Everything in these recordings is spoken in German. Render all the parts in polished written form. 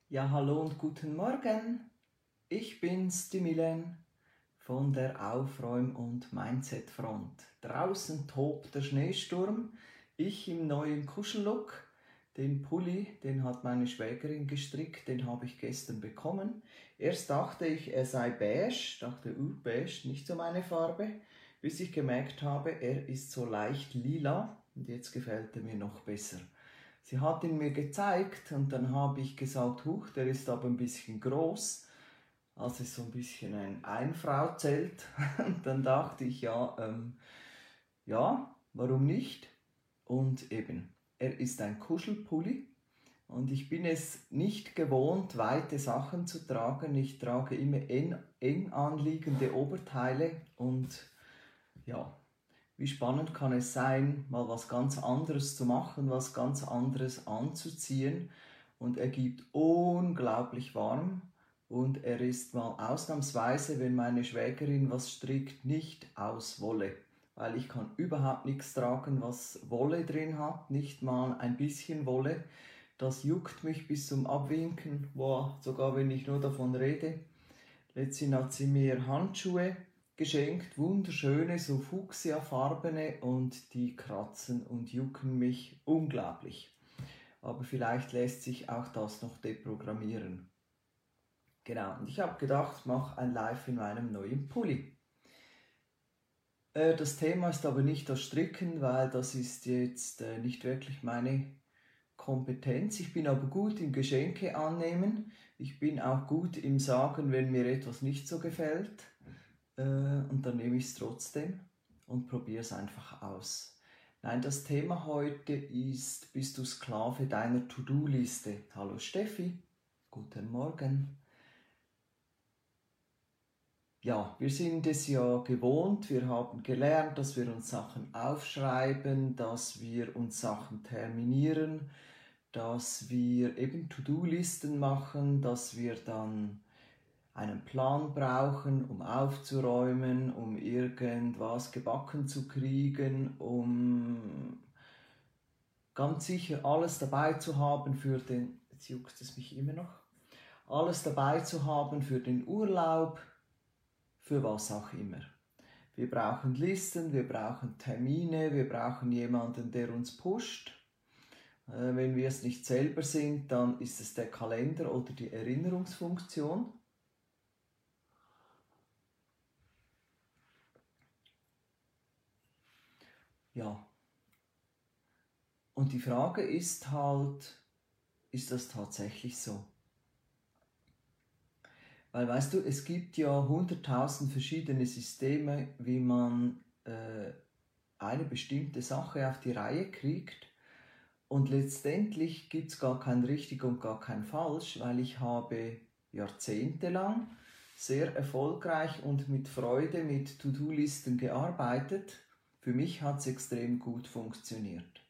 Ja, hallo und guten Morgen. Ich bin's, die Milen von der Aufräum- und Mindset-Front. Draußen tobt der Schneesturm. Ich im neuen Kuschellook. Den Pulli, den hat meine Schwägerin gestrickt, den habe ich gestern bekommen. Erst dachte ich, er sei beige, beige, nicht so meine Farbe, bis ich gemerkt habe, er ist so leicht lila und jetzt gefällt er mir noch besser. Sie hat ihn mir gezeigt und dann habe ich gesagt, huch, der ist aber ein bisschen groß. Also ist so ein bisschen ein Einfrauzelt. Und dann dachte ich, ja, warum nicht? Und eben, er ist ein Kuschelpulli und ich bin es nicht gewohnt, weite Sachen zu tragen. Ich trage immer eng anliegende Oberteile und ja, wie spannend kann es sein, mal was ganz anderes zu machen, was ganz anderes anzuziehen. Und er gibt unglaublich warm. Und er ist mal ausnahmsweise, wenn meine Schwägerin was strickt, nicht aus Wolle. Weil ich kann überhaupt nichts tragen, was Wolle drin hat, nicht mal ein bisschen Wolle. Das juckt mich bis zum Abwinken, boah, sogar wenn ich nur davon rede. Letztens hat sie mir Handschuhe geschenkt, wunderschöne, so fuchsiafarbene, und die kratzen und jucken mich unglaublich. Aber vielleicht lässt sich auch das noch deprogrammieren. Genau, und ich habe gedacht, mach ein Live in meinem neuen Pulli. Das Thema ist aber nicht das Stricken, weil das ist jetzt nicht wirklich meine Kompetenz. Ich bin aber gut im Geschenke annehmen. Ich bin auch gut im Sagen, wenn mir etwas nicht so gefällt. Und dann nehme ich es trotzdem und probiere es einfach aus. Nein, das Thema heute ist, bist du Sklave deiner To-Do-Liste? Hallo Steffi, guten Morgen. Ja, wir sind es ja gewohnt, wir haben gelernt, dass wir uns Sachen aufschreiben, dass wir uns Sachen terminieren, dass wir eben To-Do-Listen machen, dass wir dann einen Plan brauchen, um aufzuräumen, um irgendwas gebacken zu kriegen, um ganz sicher alles dabei zu haben für den, jetzt juckt es mich immer noch, alles dabei zu haben für den Urlaub, für was auch immer. Wir brauchen Listen, wir brauchen Termine, wir brauchen jemanden, der uns pusht. Wenn wir es nicht selber sind, dann ist es der Kalender oder die Erinnerungsfunktion. Ja, und die Frage ist halt, ist das tatsächlich so? Weil weißt du, es gibt ja 100.000 verschiedene Systeme, wie man eine bestimmte Sache auf die Reihe kriegt. Und letztendlich gibt es gar kein richtig und gar kein falsch, weil ich habe jahrzehntelang sehr erfolgreich und mit Freude mit To-Do-Listen gearbeitet. Für mich hat es extrem gut funktioniert.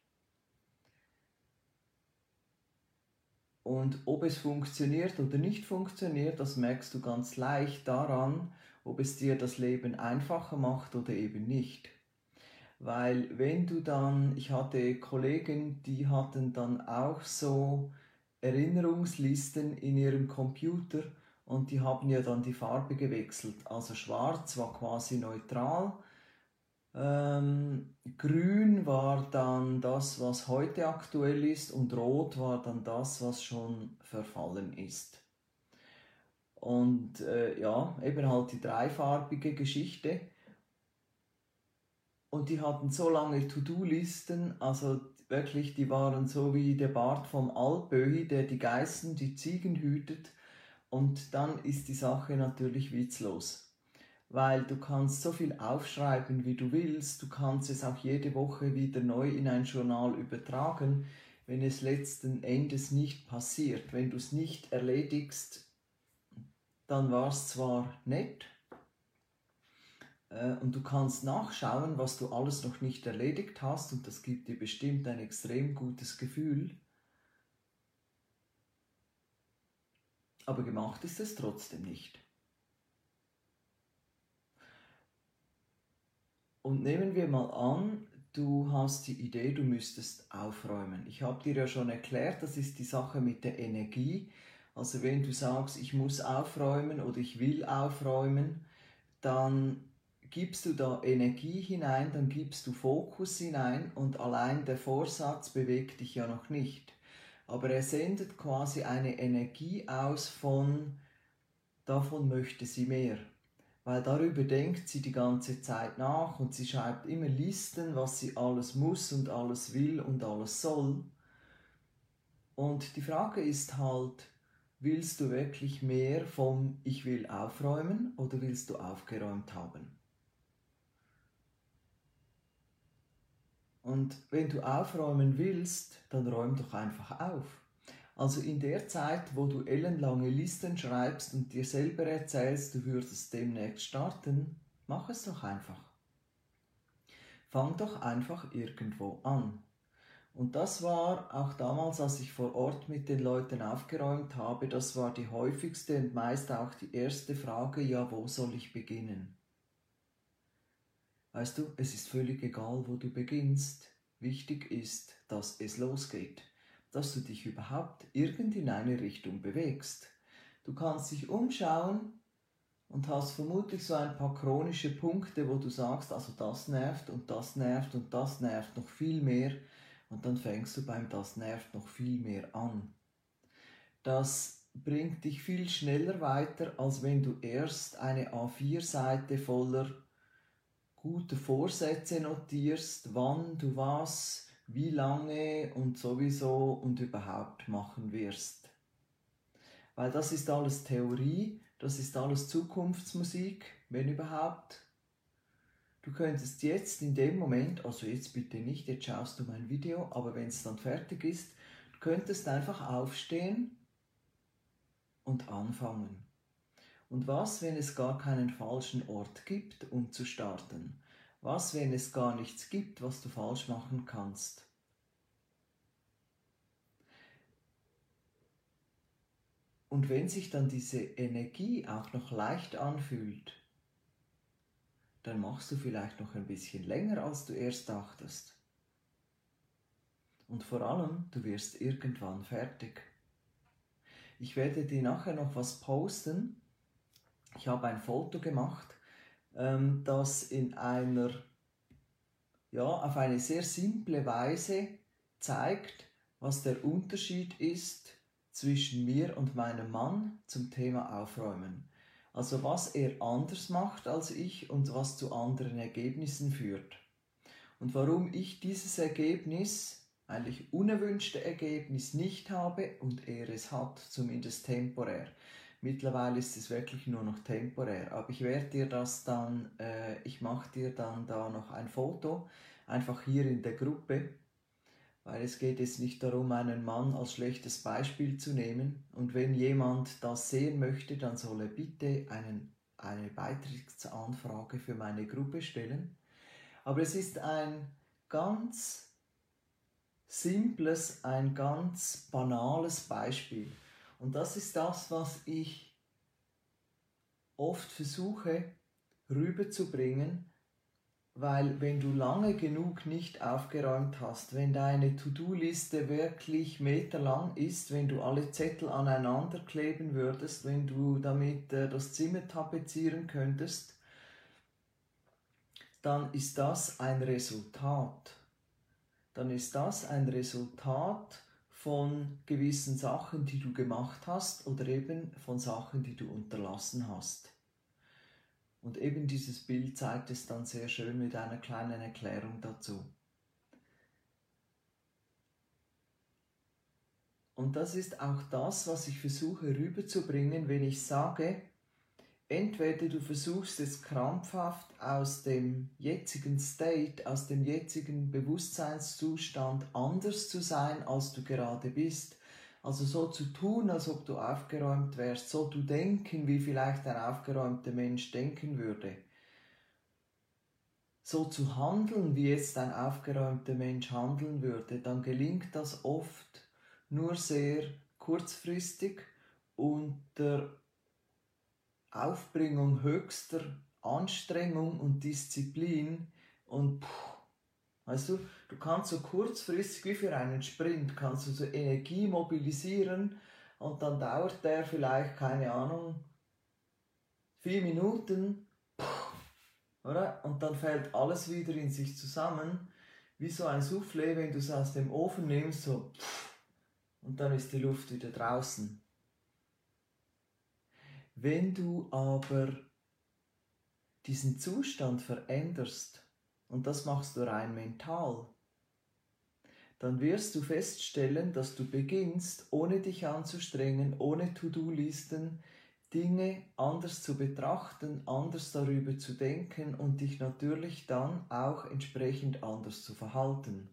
Und ob es funktioniert oder nicht funktioniert, das merkst du ganz leicht daran, ob es dir das Leben einfacher macht oder eben nicht. Weil wenn du dann, ich hatte Kollegen, die hatten dann auch so Erinnerungslisten in ihrem Computer und die haben ja dann die Farbe gewechselt. Also schwarz war quasi neutral, grün war dann das, was heute aktuell ist, und rot war dann das, was schon verfallen ist. Und ja, eben halt die dreifarbige Geschichte. Und die hatten so lange To-Do-Listen, also wirklich, die waren so wie der Bart vom Alpöhi, der die Geißen, die Ziegen hütet. Und dann ist die Sache natürlich witzlos. Weil du kannst so viel aufschreiben, wie du willst, du kannst es auch jede Woche wieder neu in ein Journal übertragen, wenn es letzten Endes nicht passiert. Wenn du es nicht erledigst, dann war es zwar nett, und du kannst nachschauen, was du alles noch nicht erledigt hast, und das gibt dir bestimmt ein extrem gutes Gefühl, aber gemacht ist es trotzdem nicht. Und nehmen wir mal an, du hast die Idee, du müsstest aufräumen. Ich habe dir ja schon erklärt, das ist die Sache mit der Energie. Also wenn du sagst, ich muss aufräumen oder ich will aufräumen, dann gibst du da Energie hinein, dann gibst du Fokus hinein und allein der Vorsatz bewegt dich ja noch nicht. Aber er sendet quasi eine Energie aus davon möchte sie mehr. Weil darüber denkt sie die ganze Zeit nach und sie schreibt immer Listen, was sie alles muss und alles will und alles soll. Und die Frage ist halt, willst du wirklich mehr vom Ich will aufräumen oder willst du aufgeräumt haben? Und wenn du aufräumen willst, dann räum doch einfach auf. Also in der Zeit, wo du ellenlange Listen schreibst und dir selber erzählst, du würdest demnächst starten, mach es doch einfach. Fang doch einfach irgendwo an. Und das war auch damals, als ich vor Ort mit den Leuten aufgeräumt habe, das war die häufigste und meist auch die erste Frage, ja, wo soll ich beginnen? Weißt du, es ist völlig egal, wo du beginnst. Wichtig ist, dass es losgeht, dass du dich überhaupt irgend in eine Richtung bewegst. Du kannst dich umschauen und hast vermutlich so ein paar chronische Punkte, wo du sagst, also das nervt und das nervt und das nervt noch viel mehr. Und dann fängst du beim das nervt noch viel mehr an. Das bringt dich viel schneller weiter, als wenn du erst eine A4-Seite voller guter Vorsätze notierst, wann du was, wie lange und sowieso und überhaupt machen wirst. Weil das ist alles Theorie, das ist alles Zukunftsmusik, wenn überhaupt. Du könntest jetzt in dem Moment, also jetzt bitte nicht, jetzt schaust du mein Video, aber wenn es dann fertig ist, du könntest einfach aufstehen und anfangen. Und was, wenn es gar keinen falschen Ort gibt, um zu starten? Was, wenn es gar nichts gibt, was du falsch machen kannst? Und wenn sich dann diese Energie auch noch leicht anfühlt, dann machst du vielleicht noch ein bisschen länger, als du erst dachtest. Und vor allem, du wirst irgendwann fertig. Ich werde dir nachher noch was posten. Ich habe ein Foto gemacht, das auf eine sehr simple Weise zeigt, was der Unterschied ist zwischen mir und meinem Mann zum Thema Aufräumen. Also was er anders macht als ich und was zu anderen Ergebnissen führt. Und warum ich dieses Ergebnis, eigentlich unerwünschte Ergebnis, nicht habe und er es hat, zumindest temporär. Mittlerweile ist es wirklich nur noch temporär, aber ich werde dir das dann, ich mache dir dann da noch ein Foto, einfach hier in der Gruppe, weil es geht jetzt nicht darum, einen Mann als schlechtes Beispiel zu nehmen. Und wenn jemand das sehen möchte, dann soll er bitte eine Beitrittsanfrage für meine Gruppe stellen. Aber es ist ein ganz simples, ein ganz banales Beispiel. Und das ist das, was ich oft versuche rüberzubringen, weil wenn du lange genug nicht aufgeräumt hast, wenn deine To-Do-Liste wirklich meterlang ist, wenn du alle Zettel aneinander kleben würdest, wenn du damit das Zimmer tapezieren könntest, dann ist das ein Resultat. Dann ist das ein Resultat von gewissen Sachen, die du gemacht hast oder eben von Sachen, die du unterlassen hast. Und eben dieses Bild zeigt es dann sehr schön mit einer kleinen Erklärung dazu. Und das ist auch das, was ich versuche rüberzubringen, wenn ich sage, entweder du versuchst es krampfhaft aus dem jetzigen State, aus dem jetzigen Bewusstseinszustand anders zu sein, als du gerade bist. Also so zu tun, als ob du aufgeräumt wärst, so zu denken, wie vielleicht ein aufgeräumter Mensch denken würde. So zu handeln, wie jetzt ein aufgeräumter Mensch handeln würde, dann gelingt das oft nur sehr kurzfristig unter Aufbringung höchster Anstrengung und Disziplin und weißt du, du kannst so kurzfristig wie für einen Sprint, kannst du so Energie mobilisieren, und dann dauert der vielleicht, keine Ahnung, 4 Minuten, oder? Und dann fällt alles wieder in sich zusammen, wie so ein Soufflé, wenn du es aus dem Ofen nimmst, so, und dann ist die Luft wieder draußen. Wenn du aber diesen Zustand veränderst, und das machst du rein mental, dann wirst du feststellen, dass du beginnst, ohne dich anzustrengen, ohne To-Do-Listen, Dinge anders zu betrachten, anders darüber zu denken und dich natürlich dann auch entsprechend anders zu verhalten.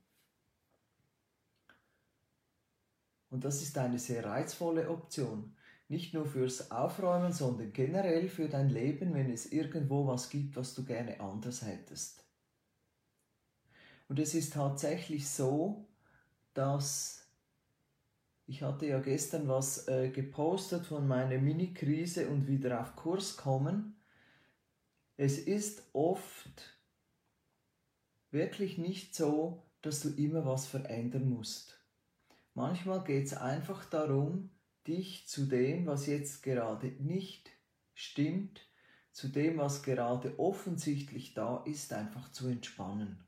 Und das ist eine sehr reizvolle Option. Nicht nur fürs Aufräumen, sondern generell für dein Leben, wenn es irgendwo was gibt, was du gerne anders hättest. Und es ist tatsächlich so, dass ich hatte ja gestern was gepostet von meiner Mini-Krise und wieder auf Kurs kommen. Es ist oft wirklich nicht so, dass du immer was verändern musst. Manchmal geht es einfach darum, dich zu dem, was jetzt gerade nicht stimmt, zu dem, was gerade offensichtlich da ist, einfach zu entspannen.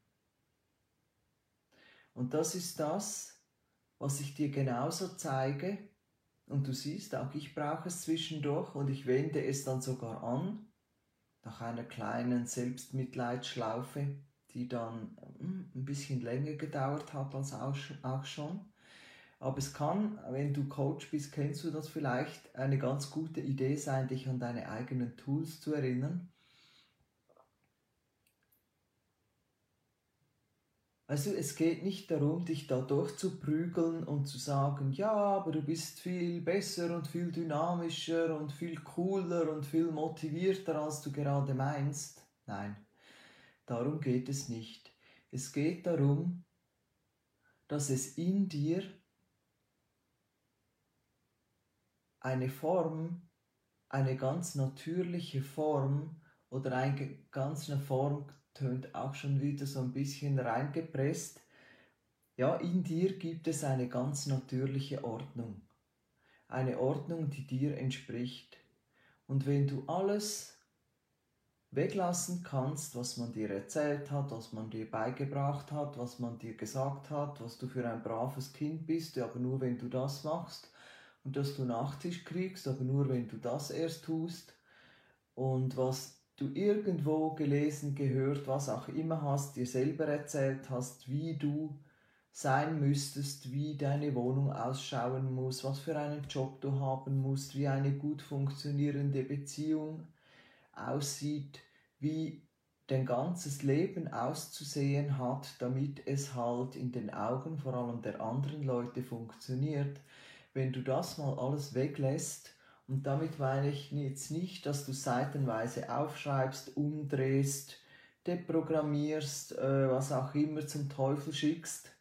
Und das ist das, was ich dir genauso zeige, und du siehst, auch ich brauche es zwischendurch und ich wende es dann sogar an, nach einer kleinen Selbstmitleidsschlaufe, die dann ein bisschen länger gedauert hat als auch schon. Aber es kann, wenn du Coach bist, kennst du das vielleicht, eine ganz gute Idee sein, dich an deine eigenen Tools zu erinnern. Also es geht nicht darum, dich da durchzuprügeln und zu sagen, ja, aber du bist viel besser und viel dynamischer und viel cooler und viel motivierter, als du gerade meinst. Nein, darum geht es nicht. Es geht darum, dass es in dir eine Form, eine ganz natürliche Form oder eine ganz eine Form, tönt auch schon wieder so ein bisschen reingepresst. Ja, in dir gibt es eine ganz natürliche Ordnung. Eine Ordnung, die dir entspricht. Und wenn du alles weglassen kannst, was man dir erzählt hat, was man dir beigebracht hat, was man dir gesagt hat, was du für ein braves Kind bist, aber nur wenn du das machst und dass du Nachtisch kriegst, aber nur wenn du das erst tust und was du irgendwo gelesen, gehört, was auch immer hast, dir selber erzählt hast, wie du sein müsstest, wie deine Wohnung ausschauen muss, was für einen Job du haben musst, wie eine gut funktionierende Beziehung aussieht, wie dein ganzes Leben auszusehen hat, damit es halt in den Augen vor allem der anderen Leute funktioniert. Wenn du das mal alles weglässt, und damit meine ich jetzt nicht, dass du seitenweise aufschreibst, umdrehst, deprogrammierst, was auch immer zum Teufel schickst,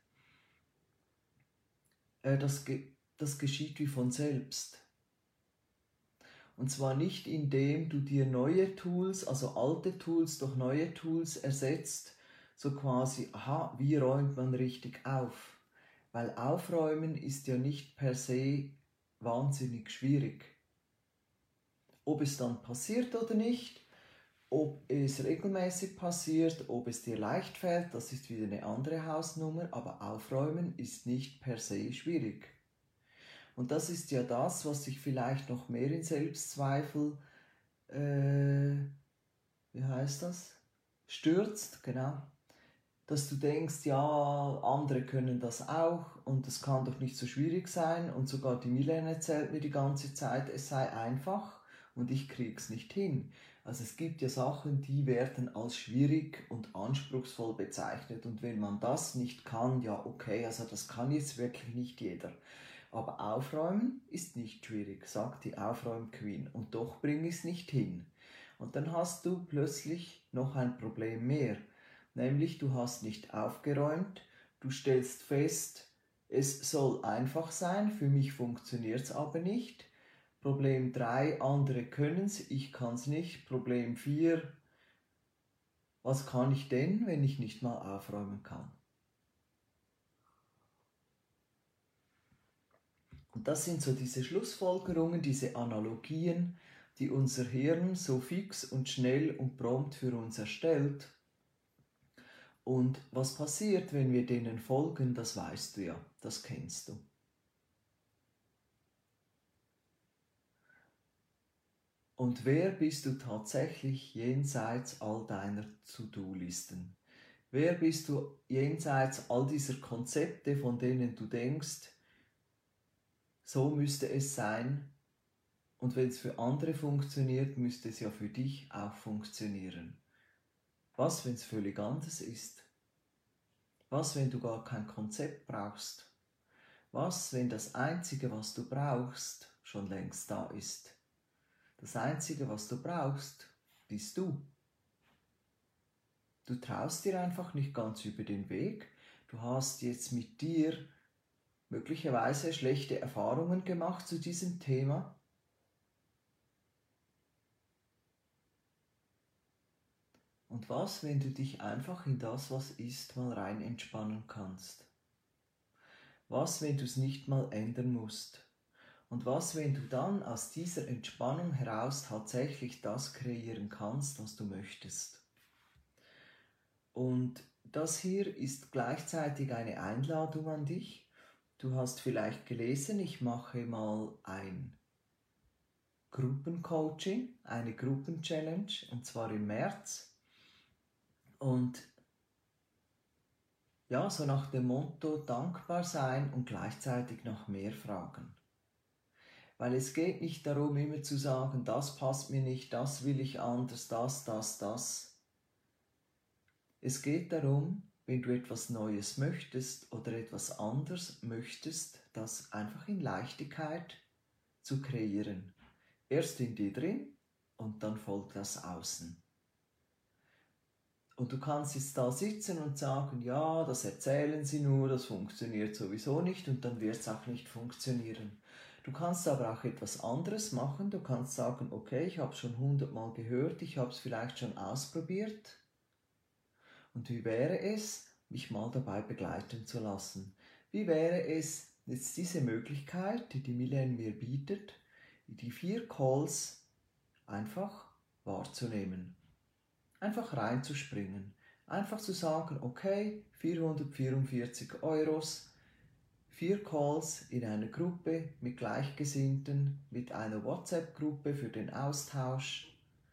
das geschieht wie von selbst. Und zwar nicht, indem du dir neue Tools, also alte Tools durch neue Tools ersetzt, so quasi, aha, wie räumt man richtig auf? Weil aufräumen ist ja nicht per se wahnsinnig schwierig. Ob es dann passiert oder nicht, ob es regelmäßig passiert, ob es dir leicht fällt, das ist wieder eine andere Hausnummer, aber aufräumen ist nicht per se schwierig. Und das ist ja das, was dich vielleicht noch mehr in Selbstzweifel, wie heißt das? Stürzt, genau. Dass du denkst, ja, andere können das auch und das kann doch nicht so schwierig sein. Und sogar die Milena erzählt mir die ganze Zeit, es sei einfach und ich krieg's nicht hin. Also es gibt ja Sachen, die werden als schwierig und anspruchsvoll bezeichnet. Und wenn man das nicht kann, ja okay, also das kann jetzt wirklich nicht jeder. Aber aufräumen ist nicht schwierig, sagt die Aufräumqueen. Und doch bringe ich es nicht hin. Und dann hast du plötzlich noch ein Problem mehr. Nämlich du hast nicht aufgeräumt, du stellst fest, es soll einfach sein, für mich funktioniert es aber nicht. Problem 3, andere können es, ich kann es nicht. Problem 4, was kann ich denn, wenn ich nicht mal aufräumen kann? Und das sind so diese Schlussfolgerungen, diese Analogien, die unser Hirn so fix und schnell und prompt für uns erstellt. Und was passiert, wenn wir denen folgen, das weißt du ja, das kennst du. Und wer bist du tatsächlich jenseits all deiner To-Do-Listen? Wer bist du jenseits all dieser Konzepte, von denen du denkst, so müsste es sein, und wenn es für andere funktioniert, müsste es ja für dich auch funktionieren. Was, wenn es völlig anders ist? Was, wenn du gar kein Konzept brauchst? Was, wenn das Einzige, was du brauchst, schon längst da ist? Das Einzige, was du brauchst, bist du. Du traust dir einfach nicht ganz über den Weg. Du hast jetzt mit dir möglicherweise schlechte Erfahrungen gemacht zu diesem Thema. Und was, wenn du dich einfach in das, was ist, mal rein entspannen kannst? Was, wenn du es nicht mal ändern musst? Und was, wenn du dann aus dieser Entspannung heraus tatsächlich das kreieren kannst, was du möchtest? Und das hier ist gleichzeitig eine Einladung an dich. Du hast vielleicht gelesen, ich mache mal ein Gruppencoaching, eine Gruppenchallenge, und zwar im März. Und ja, so nach dem Motto dankbar sein und gleichzeitig nach mehr fragen. Weil es geht nicht darum, immer zu sagen, das passt mir nicht, das will ich anders, das. Es geht darum, wenn du etwas Neues möchtest oder etwas anderes möchtest, das einfach in Leichtigkeit zu kreieren. Erst in dir drin und dann folgt das außen. Und du kannst jetzt da sitzen und sagen, ja, das erzählen sie nur, das funktioniert sowieso nicht und dann wird es auch nicht funktionieren. Du kannst aber auch etwas anderes machen. Du kannst sagen, okay, ich habe es schon 100-mal gehört, ich habe es vielleicht schon ausprobiert. Und wie wäre es, mich mal dabei begleiten zu lassen? Wie wäre es, jetzt diese Möglichkeit, die die Milene mir bietet, die 4 Calls einfach wahrzunehmen? Einfach reinzuspringen. Einfach zu sagen, okay, 444 €, 4 Calls in einer Gruppe mit Gleichgesinnten, mit einer WhatsApp-Gruppe für den Austausch,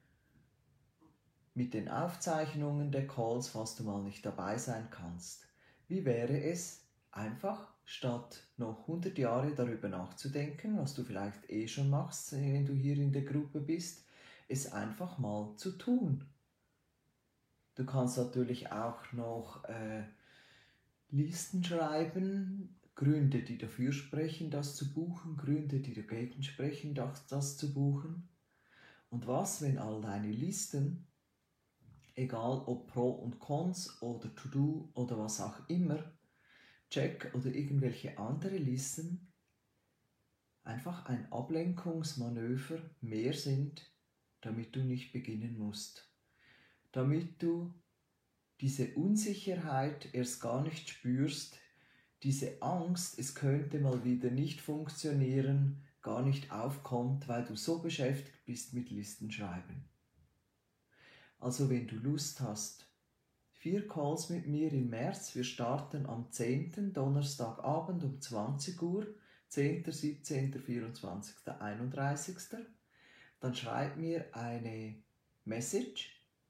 mit den Aufzeichnungen der Calls, falls du mal nicht dabei sein kannst. Wie wäre es, einfach statt noch 100 Jahre darüber nachzudenken, was du vielleicht schon machst, wenn du hier in der Gruppe bist, es einfach mal zu tun. Du kannst natürlich auch noch Listen schreiben, Gründe, die dafür sprechen, das zu buchen, Gründe, die dagegen sprechen, das zu buchen. Und was, wenn all deine Listen, egal ob Pro und Cons oder To-Do oder was auch immer, Check oder irgendwelche andere Listen, einfach ein Ablenkungsmanöver mehr sind, damit du nicht beginnen musst. Damit du diese Unsicherheit erst gar nicht spürst, diese Angst, es könnte mal wieder nicht funktionieren, gar nicht aufkommt, weil du so beschäftigt bist mit Listenschreiben. Also wenn du Lust hast, 4 Calls mit mir im März, wir starten am 10. Donnerstagabend um 20 Uhr, 10., 17., 24., 31., dann schreib mir eine Message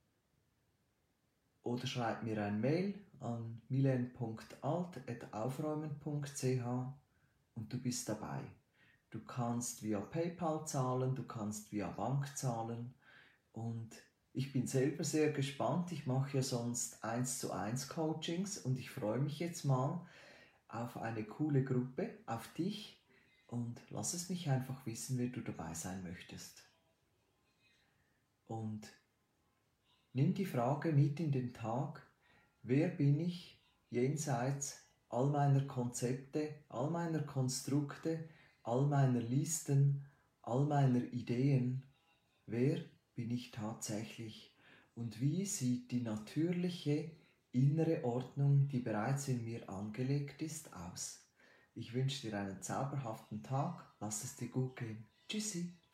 oder schreib mir ein Mail an milen.alt@aufräumen.ch und du bist dabei. Du kannst via PayPal zahlen, du kannst via Bank zahlen und ich bin selber sehr gespannt. Ich mache ja sonst 1:1 Coachings und ich freue mich jetzt mal auf eine coole Gruppe, auf dich und lass es mich einfach wissen, wie du dabei sein möchtest. Und nimm die Frage mit in den Tag, wer bin ich jenseits all meiner Konzepte, all meiner Konstrukte, all meiner Listen, all meiner Ideen? Wer bin ich tatsächlich? Und wie sieht die natürliche innere Ordnung, die bereits in mir angelegt ist, aus? Ich wünsche dir einen zauberhaften Tag. Lass es dir gut gehen. Tschüssi.